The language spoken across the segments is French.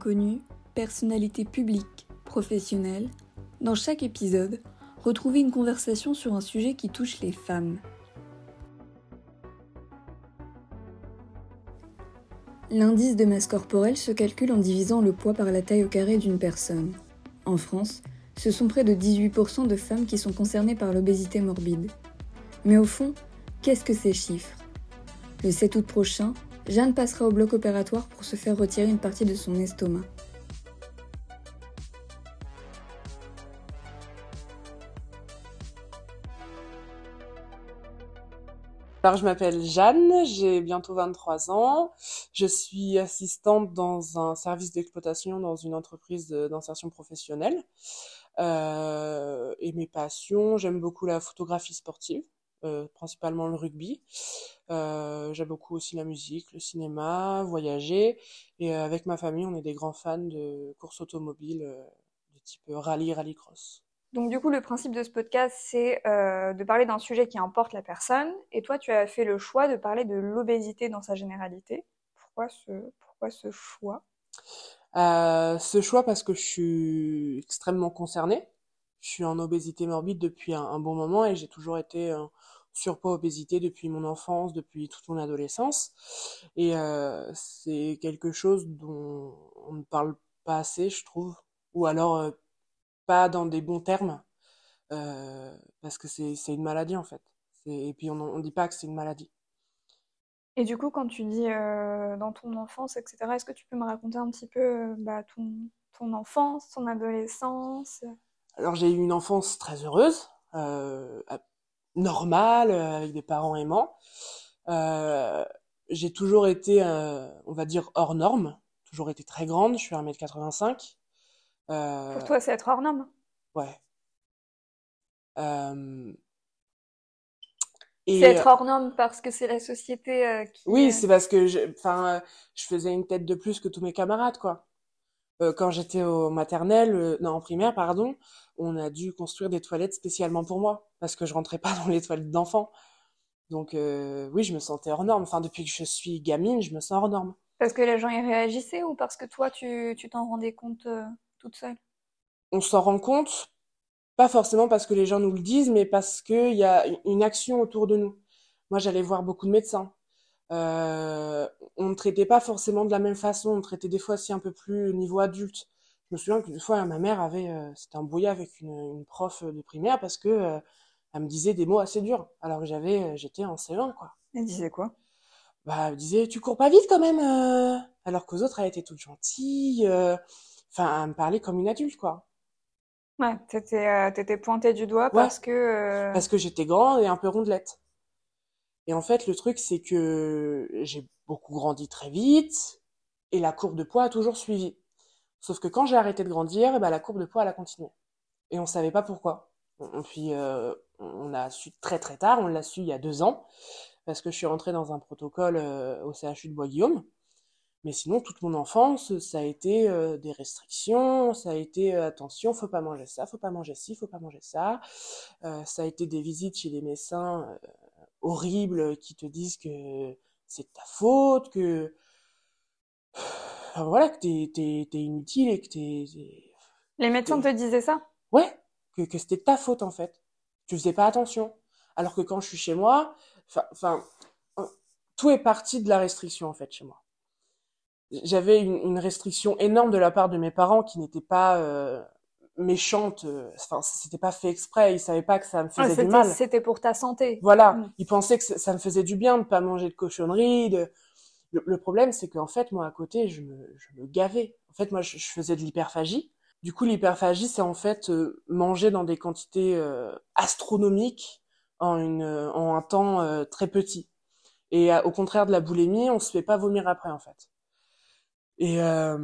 inconnus, personnalités publiques, professionnelles, dans chaque épisode, retrouvez une conversation sur un sujet qui touche les femmes. L'indice de masse corporelle se calcule en divisant le poids par la taille au carré d'une personne. En France, ce sont près de 18% de femmes qui sont concernées par l'obésité morbide. Mais au fond, qu'est-ce que ces chiffres ? Le 7 août prochain, Jeanne passera au bloc opératoire pour se faire retirer une partie de son estomac. Alors, je m'appelle Jeanne, j'ai bientôt 23 ans. Je suis assistante dans un service d'exploitation dans une entreprise d'insertion professionnelle. Et mes passions, j'aime beaucoup la photographie sportive, principalement le rugby. J'aime beaucoup aussi la musique, le cinéma, voyager. Et avec ma famille, on est des grands fans de courses automobiles de type rallycross. Donc du coup, le principe de ce podcast, c'est de parler d'un sujet qui importe la personne. Et toi, tu as fait le choix de parler de l'obésité dans sa généralité. Pourquoi ce choix ? Ce choix parce que je suis extrêmement concernée. Je suis en obésité morbide depuis un bon moment et j'ai toujours été surpoids-obésité depuis mon enfance, depuis toute mon adolescence. Et c'est quelque chose dont on ne parle pas assez, je trouve. Ou alors pas dans des bons termes, parce que c'est une maladie en fait. Et puis on dit pas que c'est une maladie. Et du coup, quand tu dis dans ton enfance, etc., est-ce que tu peux me raconter un petit peu ton enfance, ton adolescence ? Alors j'ai eu une enfance très heureuse, normale, avec des parents aimants. J'ai toujours été, on va dire, hors norme, toujours été très grande, je suis 1m85. Pour toi, c'est être hors norme ? Ouais. C'est être hors norme parce que c'est la société qui... Oui, c'est parce que je faisais une tête de plus que tous mes camarades, quoi. Quand j'étais au maternel, non, en primaire, pardon, on a dû construire des toilettes spécialement pour moi, parce que je rentrais pas dans les toilettes d'enfants. Donc oui, je me sentais hors norme. Enfin, depuis que je suis gamine, je me sens hors norme. Parce que les gens y réagissaient ou parce que toi, tu t'en rendais compte toute seule ? On s'en rend compte, pas forcément parce que les gens nous le disent, mais parce qu'il y a une action autour de nous. Moi, j'allais voir beaucoup de médecins. On ne traitait pas forcément de la même façon, on traitait des fois aussi un peu plus au niveau adulte. Je me souviens qu'une fois, ma mère c'était embrouillé avec une prof de primaire parce que elle me disait des mots assez durs, alors que j'étais en CE1, quoi. Elle disait quoi ? Bah, elle me disait, tu cours pas vite quand même, alors qu'aux autres, elle était toute gentille, enfin, elle me parlait comme une adulte, quoi. Ouais, t'étais pointée du doigt Ouais, parce que j'étais grande et un peu rondelette. Et en fait, le truc, c'est que j'ai beaucoup grandi très vite et la courbe de poids a toujours suivi. Sauf que quand j'ai arrêté de grandir, la courbe de poids, elle a continué. Et on savait pas pourquoi. Puis, on a su très très tard, on l'a su il y a 2 ans, parce que je suis rentrée dans un protocole au CHU de Bois-Guillaume. Mais sinon, toute mon enfance, ça a été des restrictions, ça a été attention, faut pas manger ça, faut pas manger ci, faut pas manger ça. Ça a été des visites chez les médecins horribles qui te disent que c'est de ta faute, que enfin, voilà, que t'es inutile et que les médecins te disaient ça ? ouais, que c'était de ta faute en fait. Tu faisais pas attention. Alors que quand je suis chez moi, enfin, tout est parti de la restriction en fait chez moi. J'avais une restriction énorme de la part de mes parents qui n'était pas méchante. Enfin, c'était pas fait exprès. Ils savaient pas que ça me faisait du mal. C'était pour ta santé. Voilà, ils pensaient que ça me faisait du bien de pas manger de cochonneries. Le problème, c'est qu'en fait, moi, à côté, je me gavais. En fait, moi, je faisais de l'hyperphagie. Du coup, l'hyperphagie, c'est en fait manger dans des quantités astronomiques en un temps très petit. Et au contraire de la boulimie, on se fait pas vomir après, en fait. Et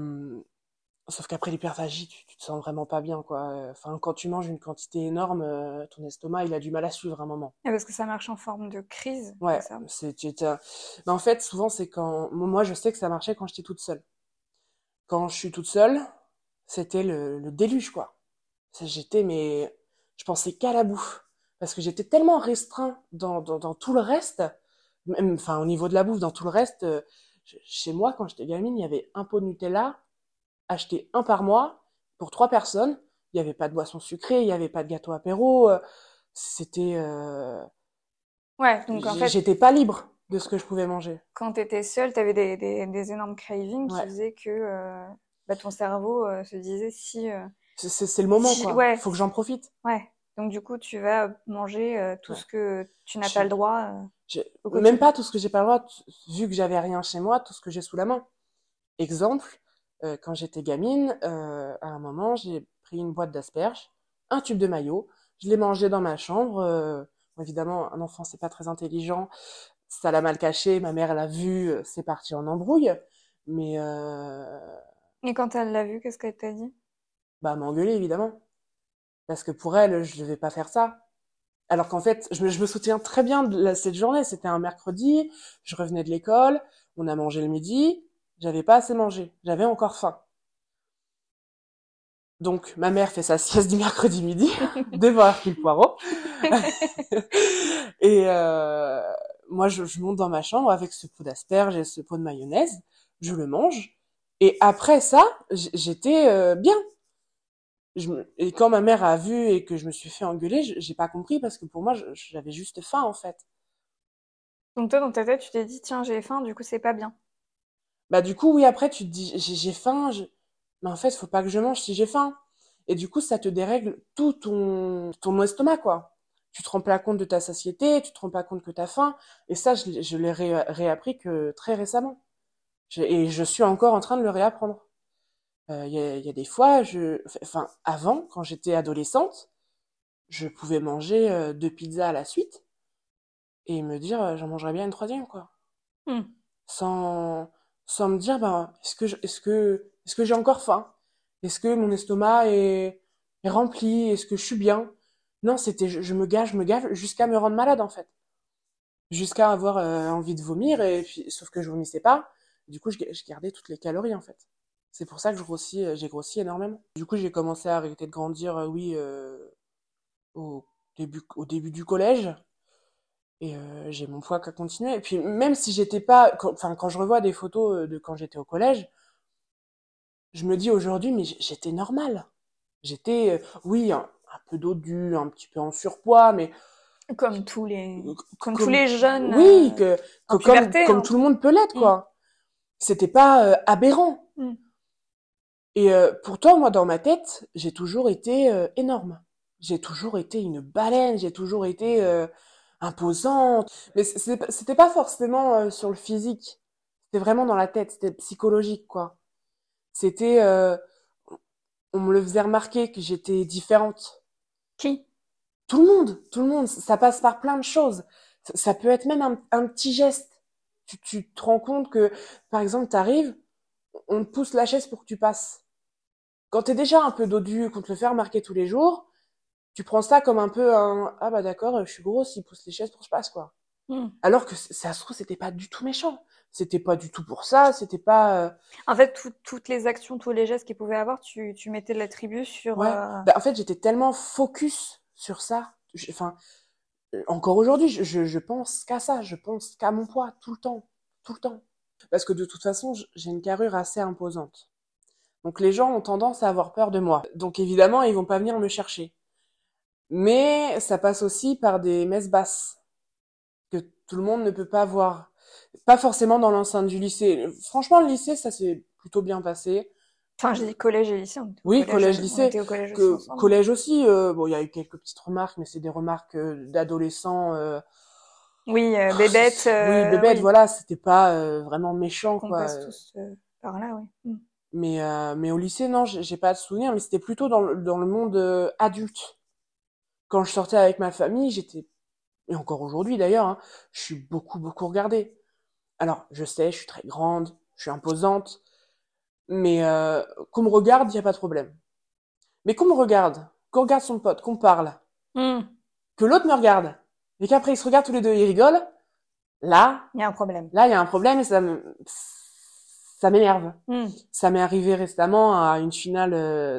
sauf qu'après l'hyperphagie, tu te sens vraiment pas bien, quoi. Enfin, quand tu manges une quantité énorme, ton estomac, il a du mal à suivre un moment. Et parce que ça marche en forme de crise, Ouais, c'est ça. Mais en fait, souvent, c'est quand moi, je sais que ça marchait quand j'étais toute seule. Quand je suis toute seule, c'était le déluge, quoi. Mais je pensais qu'à la bouffe parce que j'étais tellement restreint dans tout le reste, même, enfin, au niveau de la bouffe, dans tout le reste. Chez moi, quand j'étais gamine, il y avait un pot de Nutella. acheter un par mois pour 3 personnes. Il y avait pas de boisson sucrée, il y avait pas de gâteau apéro. C'était, Ouais, donc en fait, j'étais pas libre de ce que je pouvais manger. quand t'étais seule, t'avais des énormes cravings qui Ouais. faisaient que ton cerveau se disait C'est le moment, quoi. ouais, Faut que j'en profite. ouais. Donc du coup, tu vas manger tout Ouais. ce que tu n'as pas le droit au Même quotidien. pas tout ce que j'ai pas le droit, vu que j'avais rien chez moi, tout ce que j'ai sous la main. Exemple, quand j'étais gamine, à un moment, j'ai pris une boîte d'asperges, un tube de mayo, je l'ai mangé dans ma chambre. Évidemment, un enfant, c'est pas très intelligent, ça l'a mal caché, ma mère l'a vu, c'est parti en embrouille. Mais Et quand elle l'a vu, qu'est-ce qu'elle t'a dit? bah, elle m'a engueulée, évidemment. Parce que pour elle, je devais pas faire ça. Alors qu'en fait, je me souviens très bien de cette journée. C'était un mercredi, je revenais de l'école, on a mangé le midi, j'avais pas assez mangé, j'avais encore faim. Donc, ma mère fait sa sieste du mercredi midi, devant Hercule Poirot. Et moi, je monte dans ma chambre avec ce pot d'asperges et ce pot de mayonnaise, je le mange. Et après ça, j'étais bien. Et quand ma mère a vu et que je me suis fait engueuler, j'ai pas compris parce que pour moi, j'avais juste faim en fait. Donc toi, dans ta tête, tu t'es dit, tiens, j'ai faim, du coup, c'est pas bien. Bah du coup, oui, après tu te dis j'ai faim, mais en fait, faut pas que je mange si j'ai faim. Et du coup, ça te dérègle tout ton estomac quoi. Tu te rends pas compte de ta satiété, tu te rends pas compte que t'as faim. Et ça, je l'ai réappris que très récemment. Et je suis encore en train de le réapprendre. Il y a des fois, enfin, avant, quand j'étais adolescente, je pouvais manger 2 pizzas à la suite et me dire j'en mangerais bien une troisième quoi. Hmm. sans sans me dire ben est-ce que j'ai encore faim? Est-ce que mon estomac est rempli? Est-ce que je suis bien? Non, c'était je me gave jusqu'à me rendre malade en fait, jusqu'à avoir envie de vomir et puis sauf que je vomissais pas. Du coup, je gardais toutes les calories en fait. C'est pour ça que j'ai grossi énormément. Du coup, j'ai commencé à arrêter de grandir, oui, au au début du collège. Et j'ai mon poids qui a continué. Et puis même si j'étais pas, quand je revois des photos de quand j'étais au collège, je me dis aujourd'hui, mais j'étais normale. J'étais, oui, un peu dodu, un petit peu en surpoids, mais Comme tous les, euh, comme tous comme, les jeunes oui, que en comme puberté, comme hein. tout le monde peut l'être, Hmm. quoi. C'était pas aberrant. Hmm. Et pourtant, moi, dans ma tête, j'ai toujours été énorme. J'ai toujours été une baleine. J'ai toujours été imposante. Mais c'était pas forcément sur le physique. C'était vraiment dans la tête. C'était psychologique, quoi. C'était, on me le faisait remarquer que j'étais différente. Qui? Tout le monde, tout le monde. Ça passe par plein de choses. Ça peut être même un petit geste. Tu te rends compte que, par exemple, t'arrives, on te pousse la chaise pour que tu passes. Quand t'es déjà un peu dodu, qu'on te le fait remarquer tous les jours, tu prends ça comme un peu un ah bah d'accord, je suis grosse, il pousse les chaises pour que je passe quoi. Hmm. Alors que ça se trouve c'était pas du tout méchant, c'était pas du tout pour ça, c'était pas En fait, toutes les actions, tous les gestes qu'il pouvait avoir, tu mettais l'attribut sur. ouais. Bah en fait j'étais tellement focus sur ça. Enfin encore aujourd'hui je pense qu'à ça, je pense qu'à mon poids tout le temps, tout le temps. Parce que de toute façon j'ai une carrure assez imposante. Donc les gens ont tendance à avoir peur de moi. Donc évidemment ils vont pas venir me chercher. Mais ça passe aussi par des messes basses que tout le monde ne peut pas voir. Pas forcément dans l'enceinte du lycée. Franchement, le lycée, ça s'est plutôt bien passé. Enfin, j'ai dit collège et lycée. Oui, On collège-lycée. était au collège aussi Que ensemble. collège aussi, bon, il y a eu quelques petites remarques, mais c'est des remarques d'adolescents. Oui, bébête. Oui, bébête, Oui, voilà, c'était pas vraiment méchant, qu'on quoi. passe tous par là, oui. Hmm. Mais au lycée, non, j'ai pas de souvenir, mais c'était plutôt dans le monde adulte. Quand je sortais avec ma famille, et encore aujourd'hui d'ailleurs, hein, je suis beaucoup regardée. Alors, je sais, je suis très grande, je suis imposante, mais qu'on me regarde, il y a pas de problème. Mais qu'on regarde son pote, qu'on parle, Hmm. que l'autre me regarde, et qu'après ils se regardent tous les deux, ils rigolent, là, Il y a un problème. là, il y a un problème et ça m'énerve. Hmm. Ça m'est arrivé récemment à une finale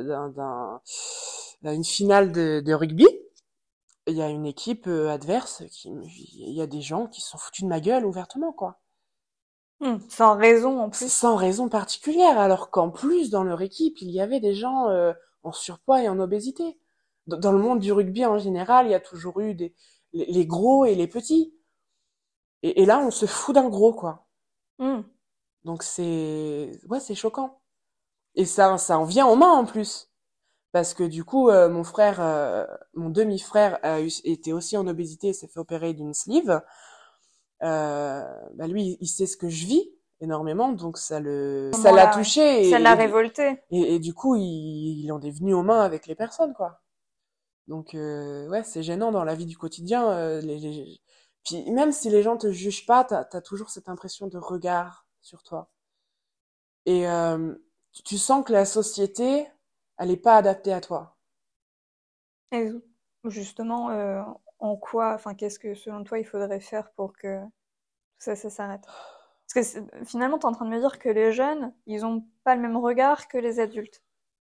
à une finale de rugby. Il y a une équipe adverse il y a des gens qui se sont foutus de ma gueule ouvertement, quoi. Sans raison en plus. sans raison particulière, alors qu'en plus, dans leur équipe, il y avait des gens en surpoids et en obésité. Dans le monde du rugby en général, il y a toujours eu les gros et les petits. Et là, on se fout d'un gros, quoi. Mm. Donc ouais, c'est choquant. Et ça en vient aux mains en plus. Parce que du coup, mon frère, mon demi-frère était aussi en obésité et s'est fait opérer d'une sleeve. Bah lui, il sait ce que je vis énormément, donc ça l'a Moment-là, ouais. touché Ça l'a révolté. et du coup, il en est venu aux mains avec les personnes, quoi. Donc ouais, c'est gênant dans la vie du quotidien. Puis même si les gens te jugent pas, t'as toujours cette impression de regard sur toi. Et tu sens que la société, elle est pas adaptée à toi. Et justement, en quoi, enfin, qu'est-ce que selon toi il faudrait faire pour que tout ça s'arrête? Parce que finalement, tu es en train de me dire que les jeunes, ils ont pas le même regard que les adultes.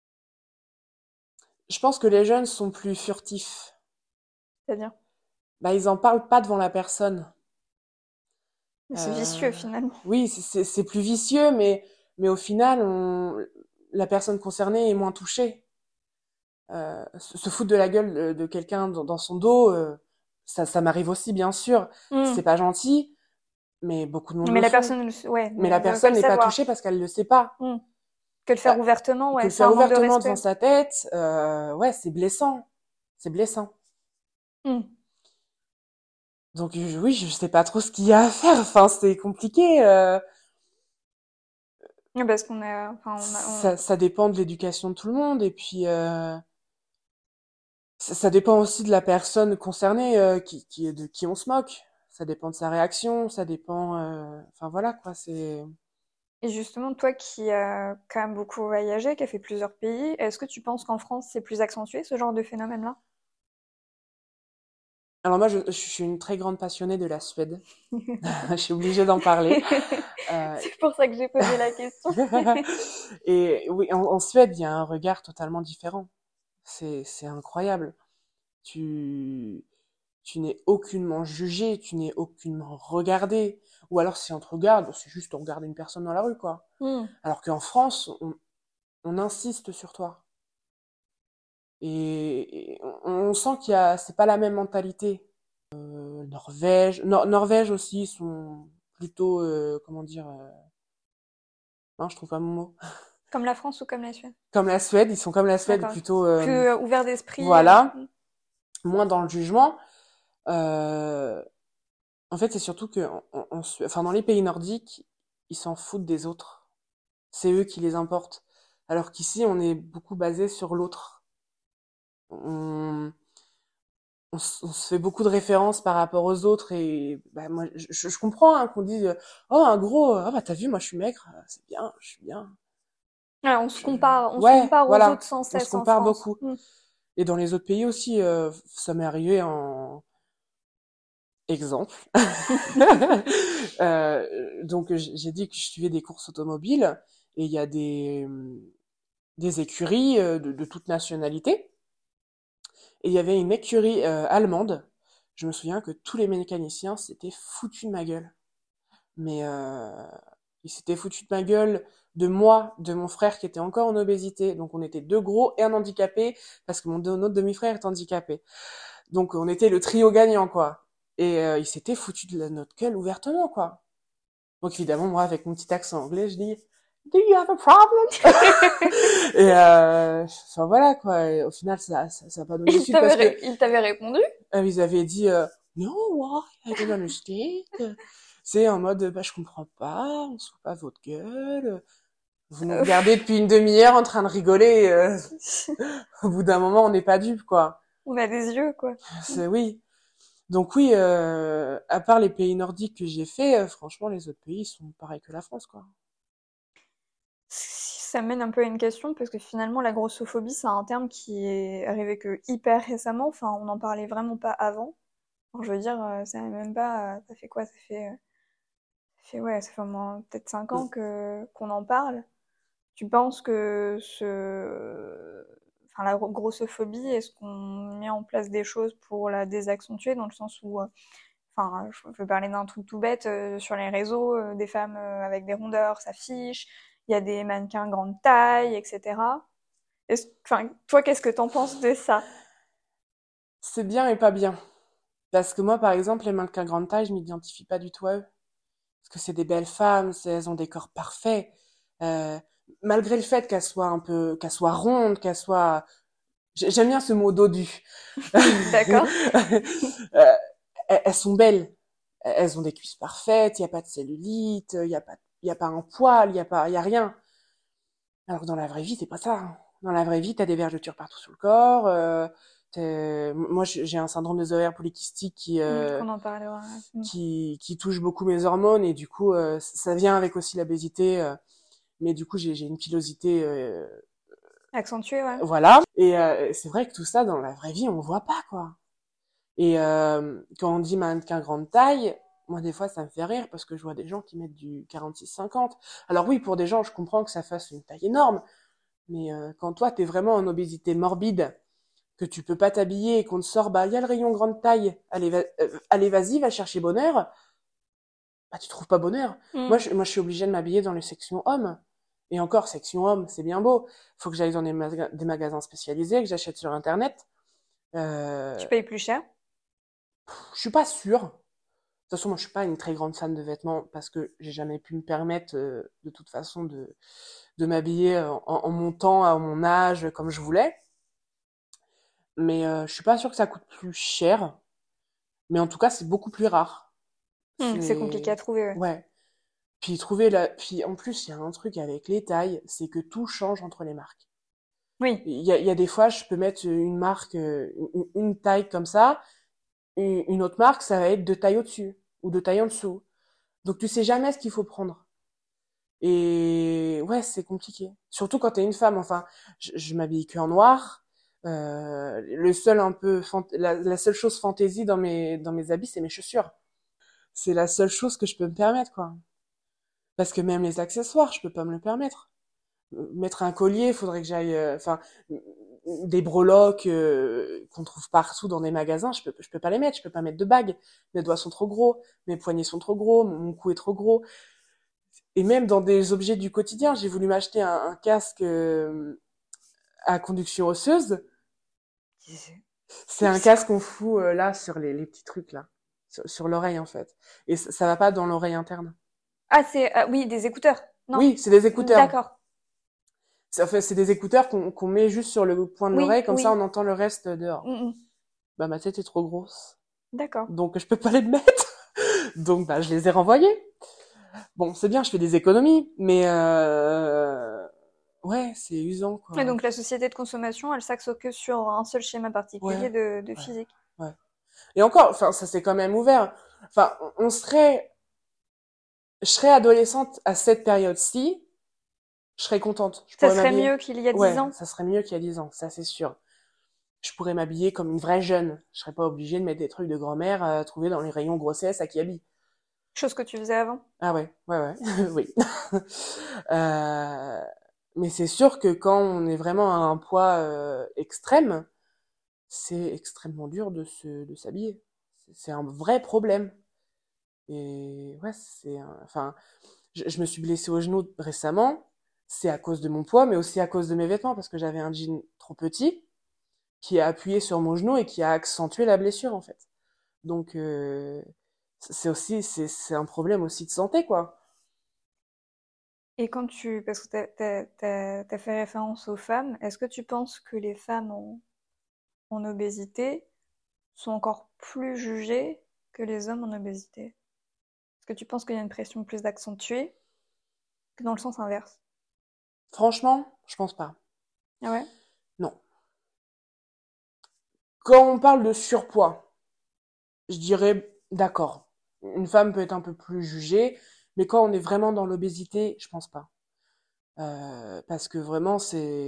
Je pense que les jeunes sont plus furtifs. C'est-à-dire? Bah, ils en parlent pas devant la personne. Mais c'est vicieux Euh, finalement. oui, c'est plus vicieux, mais au final, la personne concernée est moins touchée. Se foutre de la gueule de quelqu'un dans son dos, ça m'arrive aussi, bien sûr. C'est Mm. pas gentil, mais beaucoup de monde Mais le la font. personne, ouais, Mais mais la elle veut pas personne le n'est pas savoir. touchée parce qu'elle le sait pas. Mm. Que le Euh, faire ouvertement, que ouais, le c'est faire un manque de ouvertement devant respect. sa tête, ouais, c'est blessant. C'est blessant. Mm. Donc oui, je sais pas trop ce qu'il y a à faire. Enfin, c'est compliqué. Ouais, parce qu'on a, enfin, Ça dépend de l'éducation de tout le monde et puis ça dépend aussi de la personne concernée de qui on se moque. Ça dépend de sa réaction, ça dépend. Enfin voilà quoi, c'est. Et justement, toi qui as quand même beaucoup voyagé, qui as fait plusieurs pays, est-ce que tu penses qu'en France c'est plus accentué ce genre de phénomène-là? Alors moi, je suis une très grande passionnée de la Suède. Je suis obligée d'en parler. Euh, C'est pour ça que j'ai posé la question. et oui, en Suède, il y a un regard totalement différent. C'est incroyable. Tu tu n'es aucunement jugé, tu n'es aucunement regardé. Ou alors si on te regarde, c'est juste on regarde une personne dans la rue, quoi. Hmm. Alors qu'en France, on insiste sur toi. Et on sent c'est pas la même mentalité. Norvège aussi sont plutôt, comment dire, non, je trouve pas mon mot. Comme la France ou comme la Suède? Comme la Suède, ils sont comme la Suède, D'accord. plutôt, Plus ouvert d'esprit. voilà, moins dans le jugement. Euh, En fait, c'est surtout que, enfin, dans les pays nordiques, ils s'en foutent des autres. C'est eux qui les importent. Alors qu'ici, on est beaucoup basé sur l'autre. On, on se fait beaucoup de références par rapport aux autres et bah, moi, je comprends hein, qu'on dise oh un gros, ah bah t'as vu, moi je suis maigre, c'est bien, je suis bien. Ouais, on se Ouais, compare aux voilà, autres sans on se cesse en compare France. beaucoup. Et dans les autres pays aussi, ça m'est arrivé exemple. Donc j'ai dit que je suivais des courses automobiles et il y a des écuries de toute nationalité. Et il y avait une écurie allemande. Je me souviens que tous les mécaniciens s'étaient foutus de ma gueule. Mais ils s'étaient foutus de ma gueule de moi, de mon frère qui était encore en obésité. Donc on était deux gros et un handicapé parce que notre demi-frère est handicapé. Donc on était le trio gagnant quoi. Et ils s'étaient foutus de notre gueule ouvertement quoi. Donc évidemment moi avec mon petit accent anglais je dis Do you have a problem? Et enfin voilà quoi. Et au final ça a pas donné suite parce que Il t'avait répondu? ils avaient dit No why I don't understand. C'est en mode bah je comprends pas, on se fout pas de votre gueule. Vous nous regardez depuis une demi-heure en train de rigoler. Au bout d'un moment on n'est pas dupes quoi. On a des yeux, quoi. C'est oui. Donc oui, à part les pays nordiques que j'ai fait, franchement les autres pays sont pareils que la France quoi. Ça mène un peu à une question, parce que finalement, la grossophobie, c'est un terme qui est arrivé que hyper récemment. Enfin, on n'en parlait vraiment pas avant. Enfin, je veux dire, ça n'est même pas. Ça fait quoi? Ouais, ça fait au moins peut-être 5 ans qu'on en parle. Tu penses que enfin, la grossophobie, est-ce qu'on met en place des choses pour la désaccentuer, dans le sens où, enfin, je peux parler d'un truc tout bête, sur les réseaux, des femmes avec des rondeurs s'affichent, il y a des mannequins grande taille, etc. Enfin, toi, qu'est-ce que t'en penses de ça? C'est bien et pas bien. Parce que moi, par exemple, les mannequins grande taille, je m'identifie pas du tout à eux. Parce que c'est des belles femmes, elles ont des corps parfaits. Euh, Malgré le fait qu'elles soient rondes, j'aime bien ce mot dodu. D'accord? Euh, elles sont belles. Elles ont des cuisses parfaites, il y a pas de cellulite, il y a pas un poil, il y a rien. Alors que dans la vraie vie, c'est pas ça, hein. Dans la vraie vie, t'as des vergetures partout sur le corps. Moi, j'ai un syndrome des ovaires polykystiques Qu'on en parlera. qui touche beaucoup mes hormones et du coup, ça vient avec aussi l'obésité. Mais du coup, j'ai une pilosité, Accentué, ouais. voilà. Et c'est vrai que tout ça, dans la vraie vie, on voit pas, quoi. Et quand on dit mannequin grande taille, moi, des fois, ça me fait rire parce que je vois des gens qui mettent du 46-50. Alors oui, pour des gens, je comprends que ça fasse une taille énorme. Mais quand toi, t'es vraiment en obésité morbide, que tu peux pas t'habiller et qu'on te sort, bah, il y a le rayon grande taille, allez, vas-y, va chercher bonheur, bah, tu trouves pas bonheur. Mm. Moi, je suis obligée de m'habiller dans les sections hommes. Et encore, section homme, c'est bien beau. Faut que j'aille dans des magasins spécialisés, que j'achète sur Internet. Tu Euh, payes plus cher? je suis pas sûre. De toute façon, moi, je suis pas une très grande fan de vêtements parce que j'ai jamais pu me permettre, de toute façon, de m'habiller en montant à mon âge comme je voulais. Mais je suis pas sûre que ça coûte plus cher. Mais en tout cas, c'est beaucoup plus rare. C'est compliqué à C'est trouver, ouais. ouais. Puis en plus, il y a un truc avec les tailles, c'est que tout change entre les marques. Oui. Il y a des fois, je peux mettre une marque, une taille comme ça, une autre marque, ça va être deux tailles au-dessus ou deux tailles en dessous. Donc tu sais jamais ce qu'il faut prendre. Et ouais, c'est compliqué. Surtout quand t'es une femme. Enfin, je m'habille que en noir. Le seul un peu la seule chose fantaisie dans mes habits, c'est mes chaussures. C'est la seule chose que je peux me permettre, quoi. Parce que même les accessoires, je peux pas me le permettre. Mettre un collier, faudrait que j'aille, enfin, des breloques qu'on trouve partout dans des magasins, je peux pas les mettre. Je peux pas mettre de bagues. Mes doigts sont trop gros, mes poignets sont trop gros, mon cou est trop gros. Et même dans des objets du quotidien, j'ai voulu m'acheter un casque à conduction osseuse. C'est un casque qu'on fout là sur les petits trucs là, sur l'oreille en fait. Et ça va pas dans l'oreille interne. Ah, oui, des écouteurs. Non. Oui, c'est des écouteurs. D'accord. C'est des écouteurs qu'on met juste sur le point de Oui, l'oreille, comme ça on oui. entend le reste dehors. Mm, mm. Bah ma tête est trop grosse, D'accord. donc je peux pas les mettre. Donc bah je les ai renvoyés. Bon, c'est bien, je fais des économies, mais ouais, c'est usant Et quoi. donc la société de consommation, elle s'axe que sur un seul schéma particulier Ouais, de ouais, physique. ouais. Et encore, enfin ça s'est quand même ouvert. Enfin, je serais adolescente à cette période-ci, je serais contente. Je Ça pourrais serait m'habiller. mieux qu'il y a 10 Ouais, ans. ça serait mieux qu'il y a 10 ans, ça c'est sûr. Je pourrais m'habiller comme une vraie jeune. Je serais pas obligée de mettre des trucs de grand-mère trouvés dans les rayons grossesse à Kiabi. Chose que tu faisais avant. Ah ouais, ouais, ouais, oui. Euh, mais c'est sûr que quand on est vraiment à un poids extrême, c'est extrêmement dur de s'habiller. C'est un vrai problème. Et ouais, enfin, je me suis blessée au genou récemment. C'est à cause de mon poids, mais aussi à cause de mes vêtements, parce que j'avais un jean trop petit qui a appuyé sur mon genou et qui a accentué la blessure, en fait. Donc, c'est un problème aussi de santé, quoi. Et parce que t'as fait référence aux femmes, est-ce que tu penses que les femmes en obésité sont encore plus jugées que les hommes en obésité? Est-ce que tu penses qu'il y a une pression plus accentuée que dans le sens inverse? Franchement, je pense pas. Ah ouais? Non. Quand on parle de surpoids, je dirais d'accord. Une femme peut être un peu plus jugée, mais quand on est vraiment dans l'obésité, je pense pas. Parce que vraiment,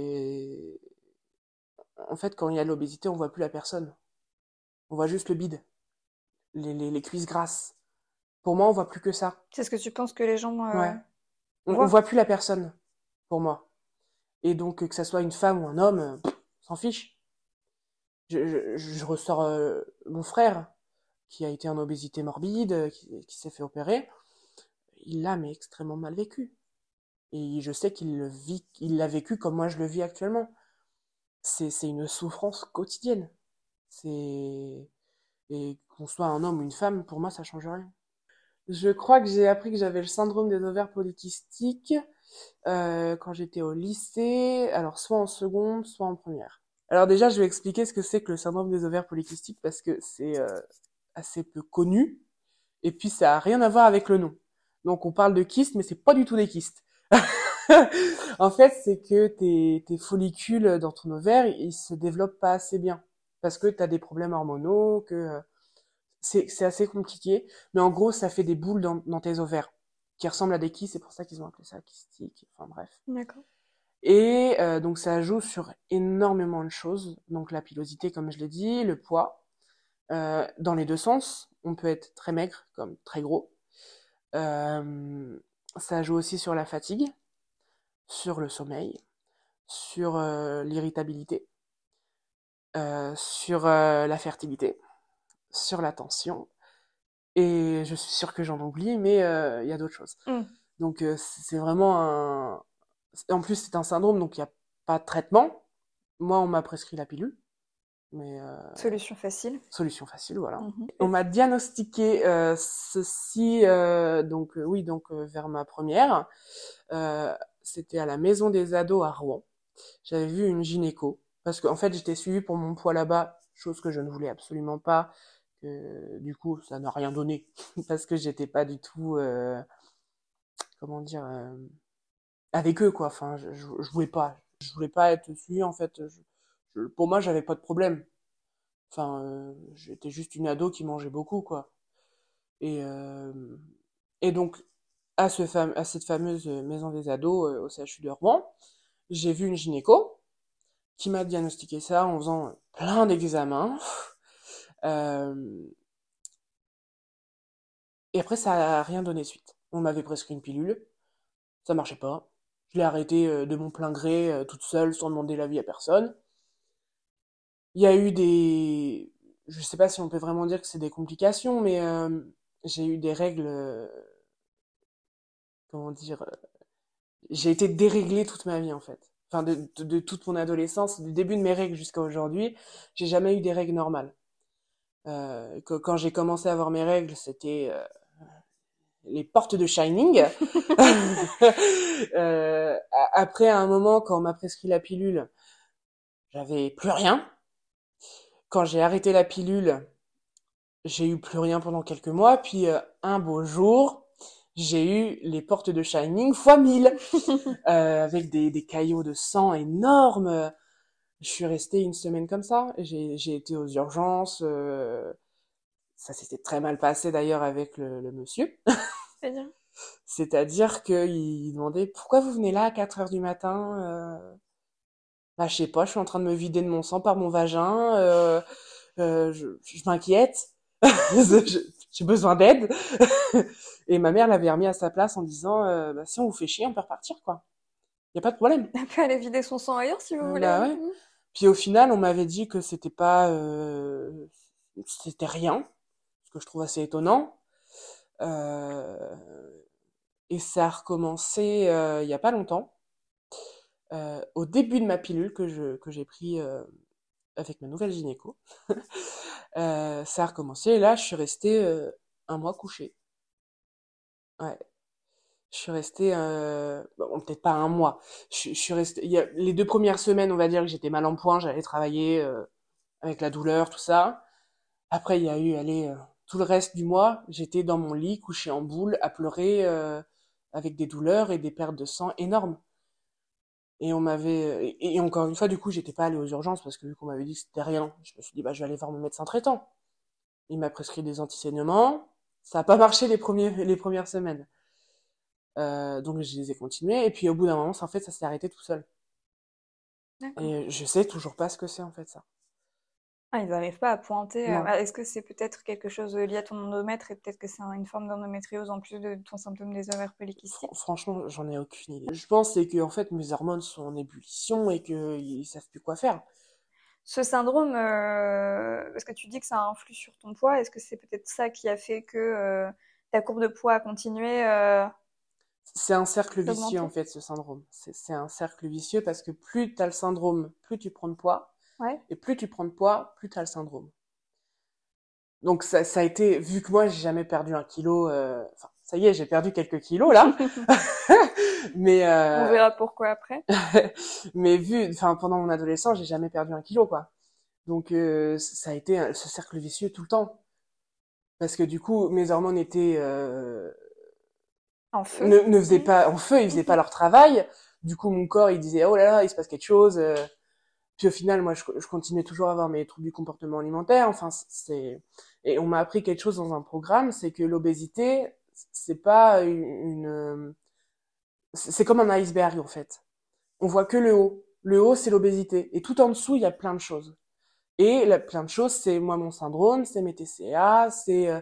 en fait, quand il y a l'obésité, on voit plus la personne. On voit juste le bide, les cuisses grasses. Pour moi, on voit plus que ça. C'est ce que tu penses que les gens Ouais. On voient? voit plus la personne, pour moi. Et donc, que ça soit une femme ou un homme, s'en fiche. Je ressors mon frère, qui a été en obésité morbide, qui s'est fait opérer, il l'a mais extrêmement mal vécu. Et je sais il l'a vécu comme moi je le vis actuellement. C'est une souffrance quotidienne. C'est Et qu'on soit un homme ou une femme, pour moi, ça change rien. Je crois que j'ai appris que j'avais le syndrome des ovaires polykystiques quand j'étais au lycée, alors soit en seconde, soit en première. Alors déjà, je vais expliquer ce que c'est que le syndrome des ovaires polykystiques parce que c'est assez peu connu et puis ça a rien à voir avec le nom. Donc on parle de kystes, mais c'est pas du tout des kystes. En fait, c'est que tes follicules dans ton ovaire, ils se développent pas assez bien parce que t'as des problèmes hormonaux, que c'est assez compliqué, mais en gros, ça fait des boules dans tes ovaires qui ressemblent à des kystes, c'est pour ça qu'ils ont appelé ça kystique, enfin bref. D'accord. Et donc ça joue sur énormément de choses, donc la pilosité comme je l'ai dit, le poids, dans les deux sens, on peut être très maigre comme très gros. Ça joue aussi sur la fatigue, sur le sommeil, sur l'irritabilité, sur la fertilité, sur la tension. Et je suis sûre que j'en oublie, mais il y a d'autres choses. Mm. Donc c'est vraiment un... En plus, c'est un syndrome, donc il n'y a pas de traitement. Moi, on m'a prescrit la pilule, mais Solution facile. solution facile, voilà. Mhm. On m'a diagnostiqué ceci, donc vers ma première. C'était à la Maison des Ados à Rouen. J'avais vu une gynéco, parce qu'en fait, j'étais suivie pour mon poids là-bas, chose que je ne voulais absolument pas. Du coup, ça n'a rien donné parce que j'étais pas du tout, comment dire, avec eux quoi. Enfin, je voulais pas être suivie en fait. Pour moi, j'avais pas de problème. Enfin, j'étais juste une ado qui mangeait beaucoup quoi. Et euh, et donc à cette fameuse maison des ados au CHU de Rouen, j'ai vu une gynéco qui m'a diagnostiqué ça en faisant plein d'examens. Euh, Et après, ça a rien donné suite. On m'avait prescrit une pilule, ça marchait pas. Je l'ai arrêtée de mon plein gré, toute seule, sans demander l'avis à personne. Il y a eu des... Je sais pas si on peut vraiment dire que c'est des complications, mais j'ai eu des règles... comment dire j'ai été déréglée toute ma vie, en fait. Enfin, de toute mon adolescence, du début de mes règles jusqu'à aujourd'hui, j'ai jamais eu des règles normales. Quand j'ai commencé à avoir mes règles, c'était... les portes de Shining. Après, à un moment, quand on m'a prescrit la pilule, j'avais plus rien. Quand j'ai arrêté la pilule, j'ai eu plus rien pendant quelques mois. Puis un beau jour, j'ai eu les portes de Shining fois 1000, avec des caillots de sang énormes. Je suis restée une semaine comme ça. J'ai été aux urgences. Ça s'était très mal passé d'ailleurs avec le monsieur. C'est-à-dire? C'est-à-dire qu'il demandait pourquoi vous venez là à 4 heures du matin. Bah, je sais pas, je suis en train de me vider de mon sang par mon vagin. Je m'inquiète. J'ai besoin d'aide. Et ma mère l'avait remis à sa place en disant bah, si on vous fait chier, on peut repartir, quoi. Y a pas de problème. Elle peut aller vider son sang ailleurs si vous voulez. Bah ouais. Puis au final, on m'avait dit que c'était rien, ce que je trouve assez étonnant. Euh, et ça a recommencé il y a pas longtemps, au début de ma pilule que j'ai pris avec ma nouvelle gynéco. Ça a recommencé et là, je suis restée un mois couchée. Ouais. Je suis restée, bon, peut-être pas un mois. Je suis restée. Les 2 premières semaines, on va dire que j'étais mal en point, j'allais travailler avec la douleur, tout ça. Après, il y a eu, allez, tout le reste du mois, j'étais dans mon lit, couchée en boule, à pleurer, avec des douleurs et des pertes de sang énormes. Et on m'avait, et encore une fois, du coup, j'étais pas allée aux urgences parce que vu qu'on m'avait dit que c'était rien, je me suis dit, bah, je vais aller voir mon médecin traitant. Il m'a prescrit des antisaignements. Ça a pas marché les premières semaines. Donc je les ai continués. Et puis au bout d'un moment, en fait, ça s'est arrêté tout seul. D'accord. Et je sais toujours pas ce que c'est en fait ça. Ah, ils n'arrivent pas à pointer. Non. Est-ce que c'est peut-être quelque chose lié à ton endomètre et peut-être que c'est une forme d'endométriose en plus de ton symptôme des ovaires polykystiques? Franchement, j'en ai aucune idée. Je pense c'est que en fait mes hormones sont en ébullition et que ils savent plus quoi faire. Ce syndrome, parce que tu dis que ça influe sur ton poids, est-ce que c'est peut-être ça qui a fait que ta courbe de poids a continué C'est un cercle vicieux, en d'augmenter? fait, ce syndrome. C'est un cercle vicieux parce que plus tu as le syndrome, plus tu prends de poids. Ouais. Et plus tu prends de poids, plus tu as le syndrome. Donc ça a été, vu que moi j'ai jamais perdu 1 kilo, enfin ça y est, j'ai perdu quelques kilos là, mais On verra pourquoi après. mais enfin pendant mon adolescence, j'ai jamais perdu 1 kilo quoi. Donc ça a été ce cercle vicieux tout le temps, parce que du coup mes hormones étaient En feu. ne faisaient pas en feu, ils faisaient pas leur travail. Du coup mon corps il disait oh là là, il se passe quelque chose. Puis au final, moi, je continuais toujours à avoir mes troubles du comportement alimentaire. Enfin, et on m'a appris quelque chose dans un programme, c'est que l'obésité, c'est pas c'est comme un iceberg en fait. On voit que le haut. Le haut, c'est l'obésité. Et tout en dessous, il y a plein de choses. Et plein de choses, c'est moi mon syndrome, c'est mes TCA,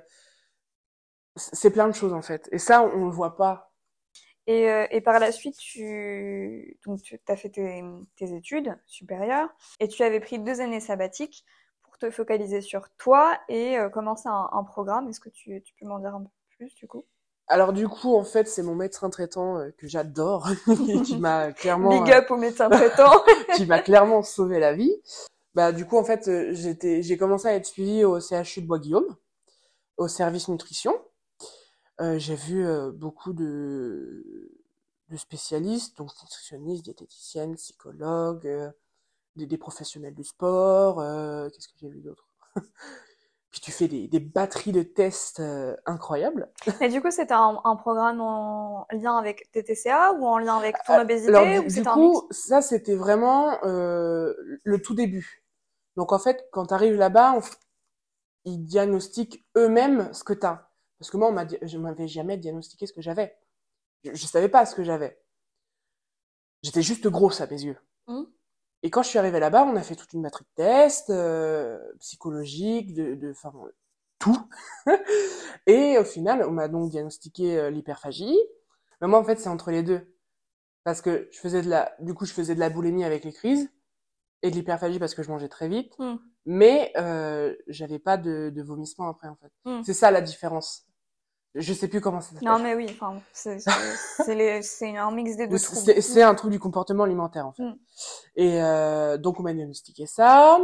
c'est plein de choses en fait. Et ça, on le voit pas. Et par la suite, donc tu as fait tes études supérieures et tu avais pris 2 années sabbatiques pour te focaliser sur toi et commencer un programme. Est-ce que tu peux m'en dire un peu plus du coup? Alors du coup, en fait, c'est mon médecin traitant que j'adore, qui m'a clairement, Big up au médecin traitant. qui m'a clairement sauvé la vie. Bah du coup, en fait, j'ai commencé à être suivie au CHU de Bois-Guillaume, au service nutrition. J'ai vu beaucoup de spécialistes, donc nutritionnistes, diététiciennes, psychologues, des professionnels du sport. Qu'est-ce que j'ai vu d'autre? Puis tu fais des batteries de tests incroyables. Et du coup, c'était un programme en lien avec tes TCA ou en lien avec ton Alors obésité ou du c'était un mix? coup, ça c'était vraiment le tout début. Donc en fait, quand tu arrives là-bas, ils diagnostiquent eux-mêmes ce que t'as. Parce que moi, je m'avais jamais diagnostiqué ce que j'avais. Je savais pas ce que j'avais. J'étais juste grosse à mes yeux. Hmm. Et quand je suis arrivée là-bas, on a fait toute une batterie de tests psychologiques, enfin tout. Et au final, on m'a donc diagnostiqué l'hyperphagie. Mais moi, en fait, c'est entre les deux. Parce que du coup, je faisais de la boulimie avec les crises et de l'hyperphagie parce que je mangeais très vite. Hmm. Mais j'avais pas de vomissement après, en fait. Hmm. C'est ça la différence. Je sais plus comment ça s'appelle. Non, mais oui, enfin, c'est un mix des deux troubles. C'est un trouble du comportement alimentaire, en fait. Hmm. Et donc, on m'a diagnostiqué ça.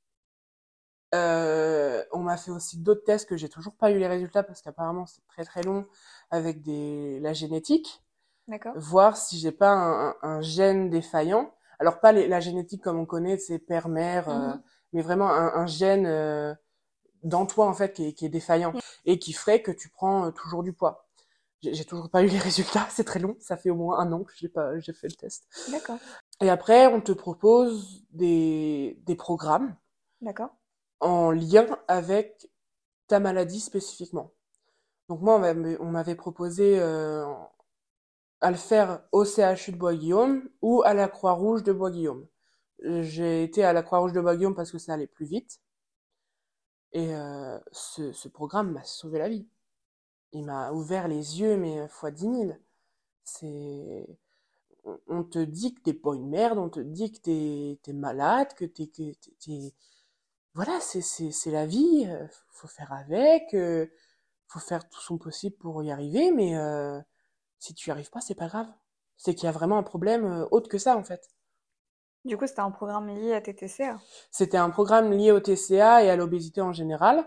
On m'a fait aussi d'autres tests que j'ai toujours pas eu les résultats parce qu'apparemment c'est très très long avec la génétique, D'accord. voir si j'ai pas un gène défaillant. Alors pas la génétique comme on connaît, c'est père-mère, mais vraiment un gène dans toi en fait qui est défaillant et qui ferait que tu prends toujours du poids. J'ai toujours pas eu les résultats, c'est très long, ça fait au moins 1 an que j'ai fait le test. D'accord. Et après on te propose des programmes D'accord. en lien avec ta maladie spécifiquement. Donc moi, on m'avait proposé à le faire au CHU de Bois-Guillaume ou à la Croix-Rouge de Bois-Guillaume. J'ai été à la Croix-Rouge de Bois-Guillaume parce que ça allait plus vite. Et ce programme m'a sauvé la vie. Il m'a ouvert les yeux, mais fois 10 000. C'est... On te dit que t'es pas une merde, on te dit que t'es malade, que t'es... Voilà, c'est la vie, faut faire avec, faut faire tout son possible pour y arriver, mais si tu y arrives pas, c'est pas grave. C'est qu'il y a vraiment un problème autre que ça, en fait. Du coup, c'était un programme lié à tes TCA. C'était un programme lié au TCA et à l'obésité en général.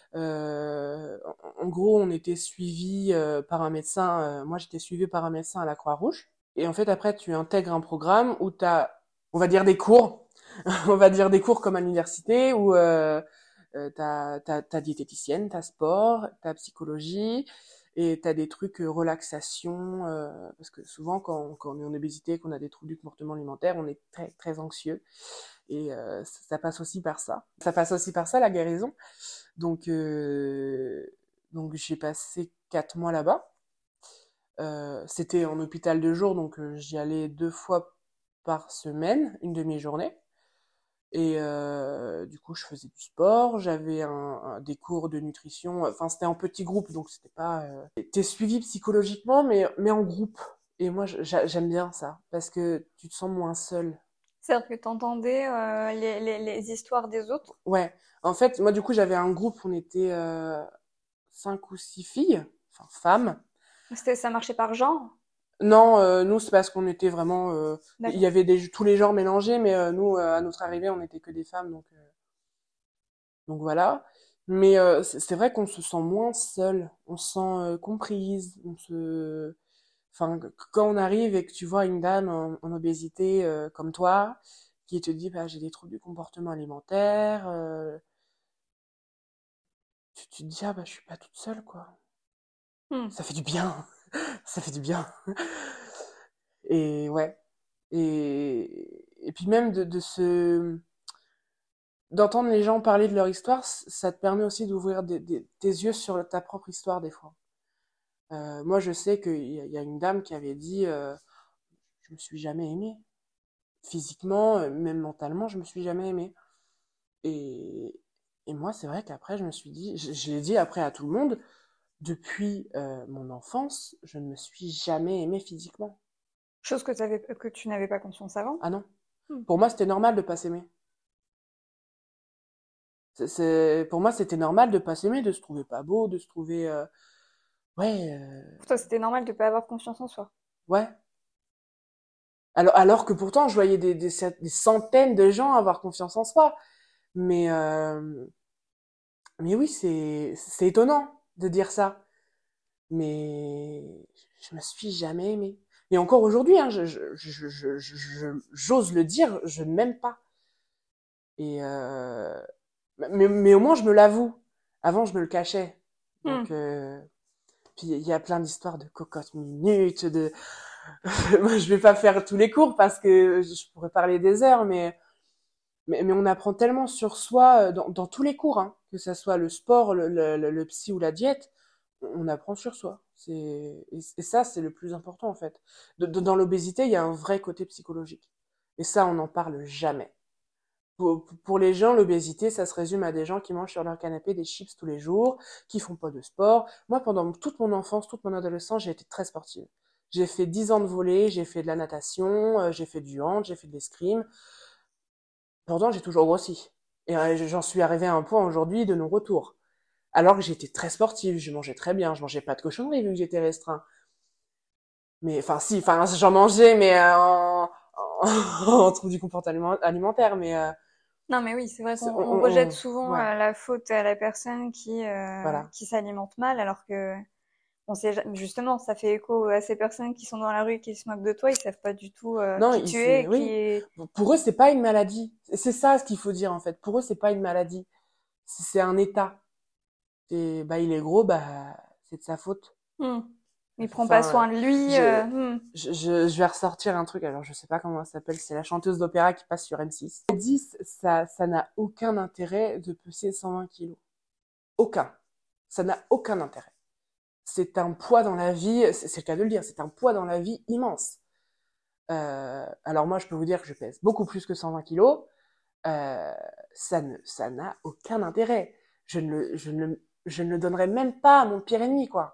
En gros, on était suivi par un médecin. Moi, j'étais suivie par un médecin à la Croix-Rouge. Et en fait, après, tu intègres un programme où t'as, on va dire, des cours. On va dire des cours comme à l'université où t'as diététicienne, t'as sport, t'as psychologie et t'as des trucs relaxation parce que souvent quand on est en obésité, qu'on a des troubles du comportement alimentaire, on est très très anxieux et ça passe aussi par ça. Ça passe aussi par ça la guérison. Donc j'ai passé 4 mois là-bas. C'était en hôpital de jour, donc j'y allais 2 fois par semaine, une demi-journée. Et du coup, je faisais du sport, j'avais des cours de nutrition. Enfin, c'était en petit groupe, donc c'était pas. T'es suivi psychologiquement, mais en groupe. Et moi, j'aime bien ça parce que tu te sens moins seul. C'est-à-dire que t'entendais les histoires des autres? Ouais. En fait, moi, du coup, j'avais un groupe, on était 5 ou 6 filles, enfin femmes. Ça marchait par genre? Non, nous, c'est parce qu'on était vraiment... il y D'accord. avait tous les genres mélangés, mais nous, à notre arrivée, on n'était que des femmes, donc voilà. Mais c'est vrai qu'on se sent moins seul, on se sent comprise, enfin, quand on arrive et que tu vois une dame en obésité comme toi, qui te dit, bah, j'ai des troubles du comportement alimentaire, tu te dis, ah bah, je suis pas toute seule, quoi. Hmm. Ça fait du bien, ça fait du bien. Et ouais. Et puis même d'entendre les gens parler de leur histoire, ça te permet aussi d'ouvrir tes yeux sur ta propre histoire des fois. Moi, je sais qu'il y a une dame qui avait dit, je me suis jamais aimée. Physiquement, même mentalement, je me suis jamais aimée. Et, et moi, c'est vrai qu'après, je me suis dit, je l'ai dit après à tout le monde, depuis mon enfance, je ne me suis jamais aimée physiquement. Chose que tu n'avais pas conscience avant? Ah non. Hmm. Pour moi, c'était normal de pas s'aimer. Pour moi, c'était normal de pas s'aimer, de se trouver pas beau, de se trouver, ouais, Pour toi, c'était normal de pas avoir confiance en soi. ouais. Alors que pourtant, je voyais des centaines de gens avoir confiance en soi. Mais, euh, mais oui, c'est étonnant de dire ça. Mais je me suis jamais aimée. Et encore aujourd'hui, hein, j'ose le dire, je ne m'aime pas. Et mais au moins, je me l'avoue. Avant, je me le cachais. Donc, Hmm. puis il y a plein d'histoires de cocottes minutes, de... Moi, je vais pas faire tous les cours parce que je pourrais parler des heures, mais on apprend tellement sur soi dans tous les cours, hein, que ça soit le sport, le psy ou la diète, on apprend sur soi. Et ça, c'est le plus important en fait. Dans l'obésité, il y a un vrai côté psychologique. Et ça, on n'en parle jamais. Pour les gens, l'obésité, ça se résume à des gens qui mangent sur leur canapé des chips tous les jours, qui font pas de sport. Moi, pendant toute mon enfance, toute mon adolescence, j'ai été très sportive. J'ai fait 10 ans de volley, j'ai fait de la natation, j'ai fait du hand, j'ai fait de l'escrime. Pourtant, j'ai toujours grossi. Et j'en suis arrivée à un point aujourd'hui de non-retour. Alors que j'étais très sportive, je mangeais très bien, je mangeais pas de cochonneries vu que j'étais restreint. Mais enfin si, enfin j'en mangeais, mais en trouble du comportement alimentaire. Mais Non, mais oui, c'est vrai qu'on on, on rejette on- souvent ouais, la faute à la personne voilà. qui s'alimente mal, alors que on sait justement, ça fait écho à ces personnes qui sont dans la rue et qui se moquent de toi, ils savent pas du tout Non, qui tu es, qui oui. est. Pour eux, c'est pas une maladie. C'est ça ce qu'il faut dire en fait. Pour eux, c'est pas une maladie. C'est un état. Et bah il est gros, bah c'est de sa faute. Hmm. Il prend pas Enfin, soin de lui. je, je vais ressortir un truc, alors je sais pas comment ça s'appelle, c'est la chanteuse d'opéra qui passe sur M6. Elle dit, ça n'a aucun intérêt de peser 120 kilos. Aucun. Ça n'a aucun intérêt. C'est un poids dans la vie, c'est le cas de le dire, c'est un poids dans la vie immense. Alors moi, je peux vous dire que je pèse beaucoup plus que 120 kilos. Euh, ça n'a aucun intérêt. Je ne le donnerai même pas à mon pire ennemi, quoi.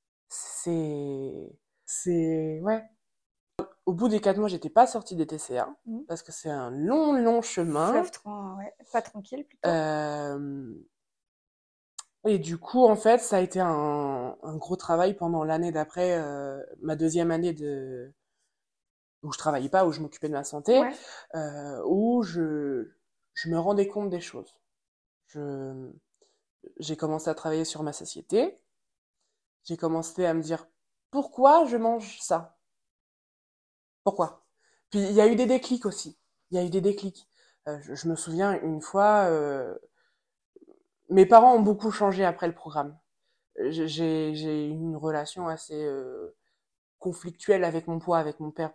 Ouais. Au bout des 4 mois, j'étais pas sortie des TCA Hmm. parce que c'est un long, long chemin. Ouais, pas tranquille plutôt. Euh, et du coup, en fait, ça a été un gros travail pendant l'année d'après, ma deuxième année où je travaillais pas, où je m'occupais de ma santé, Ouais. où je me rendais compte des choses. Je, j'ai commencé à travailler sur ma satiété. J'ai commencé à me dire pourquoi je mange ça? Pourquoi? Puis il y a eu des déclics aussi. Il y a eu des déclics. Je me souviens une fois, mes parents ont beaucoup changé après le programme. J'ai eu une relation assez conflictuelle avec mon poids, avec mon père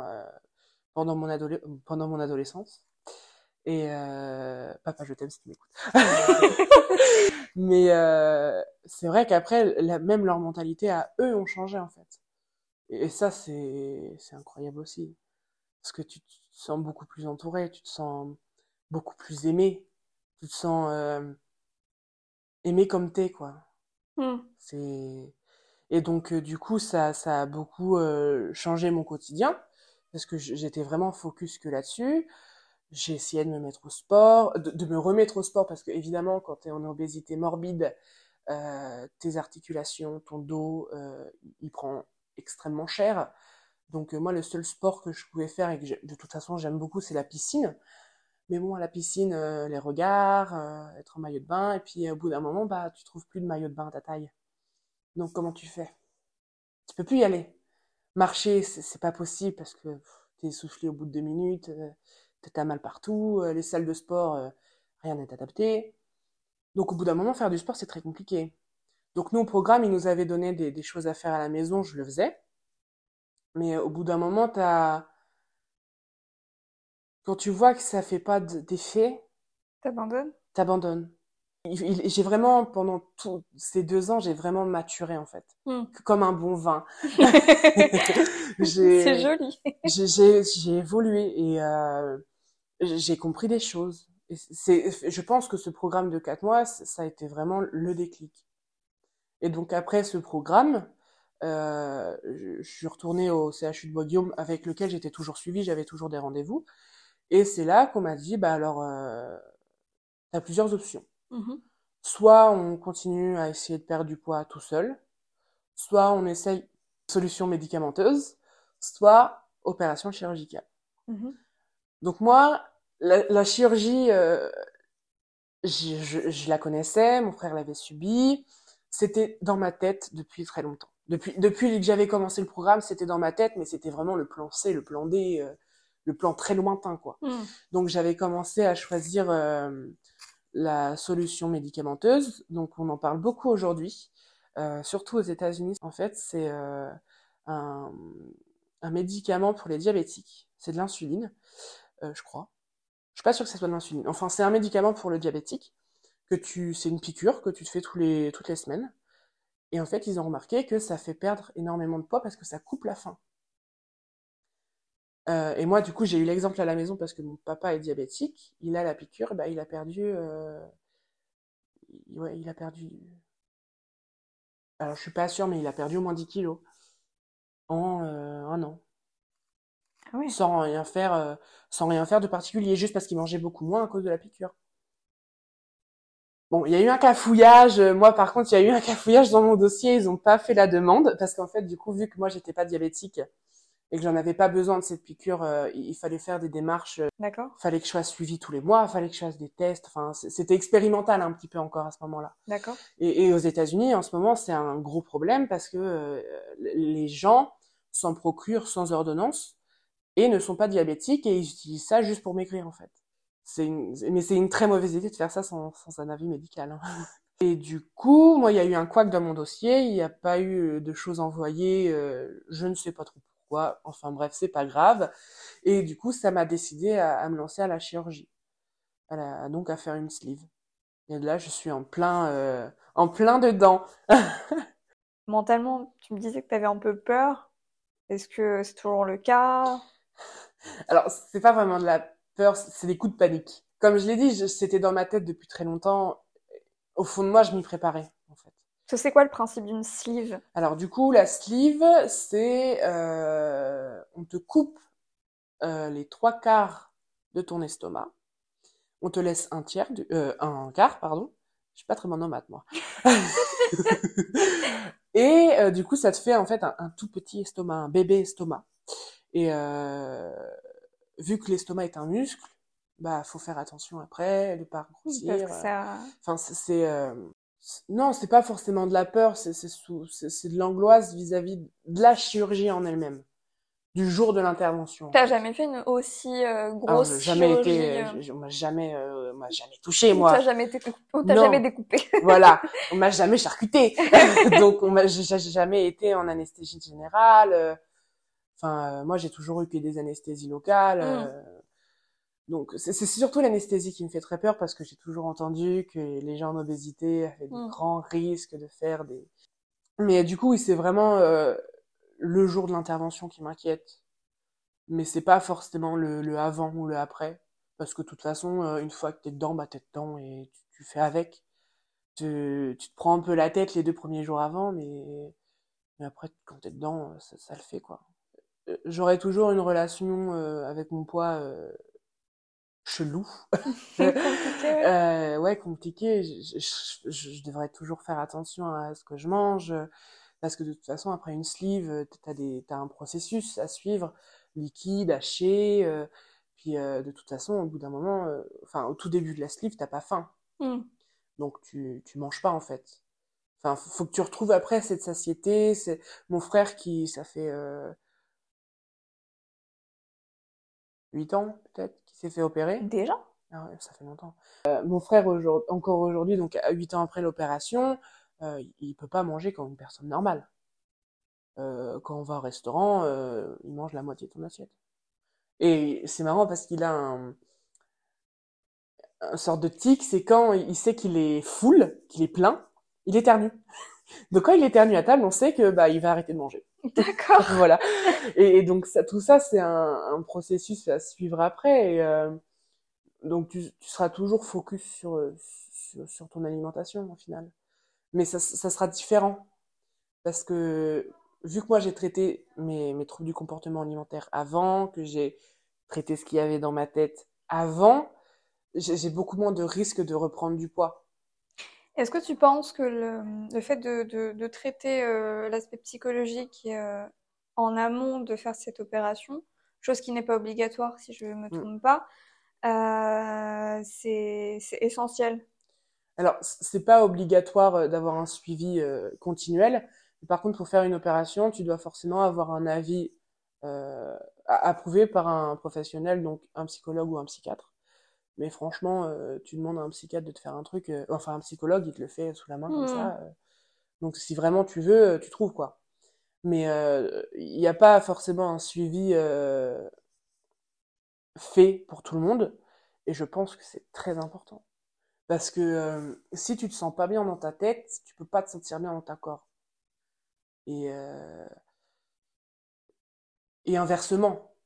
pendant mon adolescence. Et papa, je t'aime si tu m'écoutes. Mais c'est vrai qu'après, même leur mentalité à eux ont changé en fait. Et ça, c'est incroyable aussi. Parce que tu te sens beaucoup plus entouré, tu te sens beaucoup plus aimé, tu te sens aimé comme t'es, quoi. Hmm. C'est Et donc du coup ça a beaucoup changé mon quotidien parce que j'étais vraiment focus que là-dessus. J'ai essayé de me mettre au sport, de me remettre au sport parce que évidemment quand tu es en obésité morbide, tes articulations, ton dos, il prend extrêmement cher. Donc moi le seul sport que je pouvais faire et que de toute façon j'aime beaucoup c'est la piscine. Mais bon à la piscine les regards, être en maillot de bain et puis au bout d'un moment bah tu trouves plus de maillot de bain à ta taille. Donc comment tu fais? Tu peux plus y aller. Marcher c'est pas possible parce que t'es essoufflé au bout de 2 minutes, t'as mal partout, les salles de sport rien n'est adapté. Donc au bout d'un moment faire du sport c'est très compliqué. Donc nous au programme ils nous avaient donné des choses à faire à la maison, je le faisais. Mais au bout d'un moment quand tu vois que ça fait pas d'effet, T'abandonnes? t'abandonnes. J'ai vraiment, pendant tous ces 2 ans, j'ai vraiment maturé, en fait. Hmm. Comme un bon vin. C'est joli. J'ai évolué et j'ai compris des choses. Et je pense que ce programme de 4 mois, ça a été vraiment le déclic. Et donc après ce programme, je suis retournée au CHU de Bois-Guillaume avec lequel j'étais toujours suivie, j'avais toujours des rendez-vous. Et c'est là qu'on m'a dit, bah alors, t'as plusieurs options. Mhm. Soit on continue à essayer de perdre du poids tout seul, soit on essaye une solution médicamenteuse, soit opération chirurgicale. Mhm. Donc moi, la chirurgie, je la connaissais, mon frère l'avait subie, c'était dans ma tête depuis très longtemps. Depuis que j'avais commencé le programme, c'était dans ma tête, mais c'était vraiment le plan C, le plan D, le plan très lointain, quoi. Hmm. Donc j'avais commencé à choisir la solution médicamenteuse. Donc on en parle beaucoup aujourd'hui, surtout aux États-Unis. En fait, c'est un, un médicament pour les diabétiques. C'est de l'insuline, je crois. Je suis pas sûre que ça soit de l'insuline. Enfin, c'est un médicament pour le diabétique c'est une piqûre que tu te fais toutes les semaines. Et en fait, ils ont remarqué que ça fait perdre énormément de poids parce que ça coupe la faim. Et moi, du coup, j'ai eu l'exemple à la maison parce que mon papa est diabétique. Il a la piqûre, bah, il a perdu, ouais, il a perdu. Alors, je suis pas sûre, mais il a perdu au moins 10 kilos en un an, Ah oui. sans rien faire de particulier, juste parce qu'il mangeait beaucoup moins à cause de la piqûre. Bon, il y a eu un cafouillage. Moi, par contre, il y a eu un cafouillage dans mon dossier. Ils ont pas fait la demande parce qu'en fait, du coup, vu que moi, j'étais pas diabétique et que j'en avais pas besoin de cette piqûre, il fallait faire des démarches. D'accord. Fallait que je sois suivie tous les mois, fallait que je fasse des tests. Enfin, c'était expérimental un petit peu encore à ce moment-là. D'accord. Et aux États-Unis, en ce moment, c'est un gros problème parce que les gens s'en procurent sans ordonnance et ne sont pas diabétiques et ils utilisent ça juste pour maigrir en fait. Mais c'est une très mauvaise idée de faire ça sans un avis médical. Hein. Et du coup, moi, il y a eu un couac dans mon dossier, il n'y a pas eu de choses envoyées, je ne sais pas trop pourquoi. Enfin bref, c'est pas grave. Et du coup, ça m'a décidé à me lancer à la chirurgie, donc à faire une sleeve. Et là, je suis en plein dedans. Mentalement, tu me disais que tu avais un peu peur. Est-ce que c'est toujours le cas? Alors, c'est pas vraiment de la peur, c'est des coups de panique. Comme je l'ai dit, c'était dans ma tête depuis très longtemps. Au fond de moi, je m'y préparais, en fait. C'est quoi le principe d'une sleeve? Alors, du coup, la sleeve, c'est on te coupe les 3 quarts de ton estomac. On te laisse un quart, pardon. Je suis pas très bonne en maths, moi. Et du coup, ça te fait en fait un tout petit estomac, un bébé estomac. Et vu que l'estomac est un muscle, bah faut faire attention après, de pas Oui, grossir. parce que ça... Enfin, non, c'est pas forcément de la peur, c'est de l'angoisse vis-à-vis de la chirurgie en elle-même, du jour de l'intervention. En T'as fait. jamais fait une aussi Alors, grosse j'ai jamais chirurgie été, on m'a jamais touché on moi. t'a Non. jamais découpé. Voilà, on m'a jamais charcuté. Donc j'ai jamais été en anesthésie générale. Enfin, moi j'ai toujours eu que des anesthésies locales. Donc c'est surtout l'anesthésie qui me fait très peur parce que j'ai toujours entendu que les gens en obésité avaient des grands risques de faire des. Mais du coup, oui, c'est vraiment le jour de l'intervention qui m'inquiète. Mais c'est pas forcément le avant ou le après, parce que de toute façon, une fois que t'es dedans, bah t'es dedans et tu fais avec. Tu te prends un peu la tête les 2 premiers jours avant, mais après quand t'es dedans, ça le fait quoi. J'aurai toujours une relation avec mon poids chelou. Compliqué, ouais. Ouais, compliqué. Je devrais toujours faire attention à ce que je mange, parce que de toute façon, après une sleeve, t'as un processus à suivre, liquide, haché, puis de toute façon, au bout d'un moment, enfin, au tout début de la sleeve, t'as pas faim, Hmm. donc tu manges pas en fait. Enfin, faut que tu retrouves après cette satiété. C'est mon frère ça fait 8 ans peut-être, qui s'est fait opérer. Déjà? Ah ouais, ça fait longtemps. Mon frère, encore aujourd'hui, donc à 8 ans après l'opération, il peut pas manger comme une personne normale. Quand on va au restaurant, il mange la moitié de ton assiette. Et c'est marrant parce qu'il a un sorte de tic, c'est quand il sait qu'il est full, qu'il est plein, il éternue. Donc quand il éternue à table, on sait que bah il va arrêter de manger. D'accord. Voilà. Et donc tout ça, c'est un processus à suivre après. Donc tu seras toujours focus sur ton alimentation au final. Mais ça sera différent. Parce que vu que moi j'ai traité mes troubles du comportement alimentaire avant, que j'ai traité ce qu'il y avait dans ma tête avant, j'ai beaucoup moins de risques de reprendre du poids. Est-ce que tu penses que le fait de traiter l'aspect psychologique en amont de faire cette opération, chose qui n'est pas obligatoire si je ne me Mm. trompe pas, c'est essentiel? Alors, c'est pas obligatoire d'avoir un suivi continuel. Mais par contre, pour faire une opération, tu dois forcément avoir un avis approuvé par un professionnel, donc un psychologue ou un psychiatre. Mais franchement, tu demandes à un psychiatre de te faire un truc, enfin un psychologue, il te le fait sous la main comme Hmm. ça. Donc si vraiment tu veux, tu trouves quoi. Mais il n'y a pas forcément un suivi fait pour tout le monde. Et je pense que c'est très important. Parce que si tu te sens pas bien dans ta tête, tu peux pas te sentir bien dans ta corps. Et, euh, et inversement,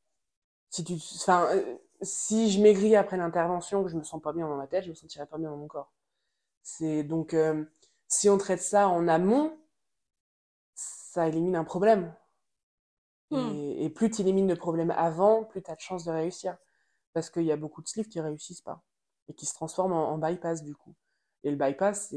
si je maigris après l'intervention, que je me sens pas bien dans ma tête, je me sentirai pas bien dans mon corps. C'est donc si on traite ça en amont, ça élimine un problème. Hmm. Et plus tu élimines le problème avant, plus tu as de chances de réussir. Parce qu'il y a beaucoup de sleeves qui réussissent pas et qui se transforment en bypass du coup. Et le bypass,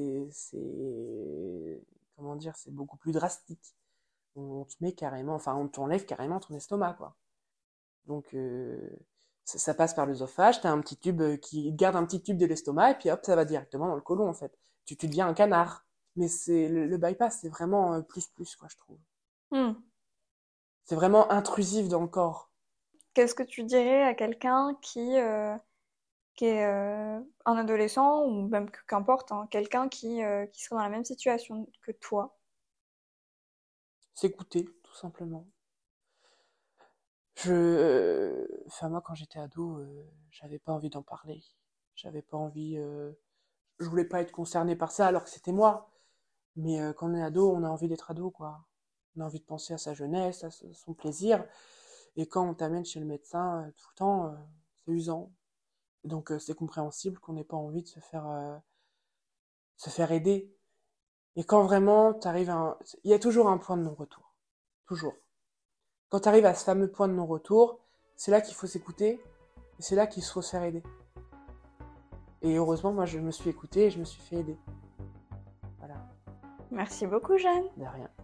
comment dire, c'est beaucoup plus drastique. On te met carrément, enfin on t'enlève carrément ton estomac quoi. Donc ça passe par l'œsophage, t'as un petit tube qui garde un petit tube de l'estomac et puis hop ça va directement dans le côlon en fait. Tu deviens un canard. Mais c'est le bypass, c'est vraiment plus quoi je trouve. Hmm. C'est vraiment intrusif dans le corps. Qu'est-ce que tu dirais à quelqu'un qui est un adolescent ou même qu'importe, hein, quelqu'un qui serait dans la même situation que toi? S'écouter, tout simplement. Enfin moi quand j'étais ado, j'avais pas envie d'en parler. J'avais pas envie, je voulais pas être concerné par ça alors que c'était moi. Mais quand on est ado, on a envie d'être ado quoi. On a envie de penser à sa jeunesse, à son plaisir. Et quand on t'amène chez le médecin tout le temps, c'est usant. Donc c'est compréhensible qu'on n'ait pas envie de se faire aider. Et quand vraiment il y a toujours un point de non-retour. Toujours. Quand tu arrives à ce fameux point de non-retour, c'est là qu'il faut s'écouter et c'est là qu'il faut se faire aider. Et heureusement, moi, je me suis écoutée et je me suis fait aider. Voilà, Merci beaucoup, Jeanne. de rien.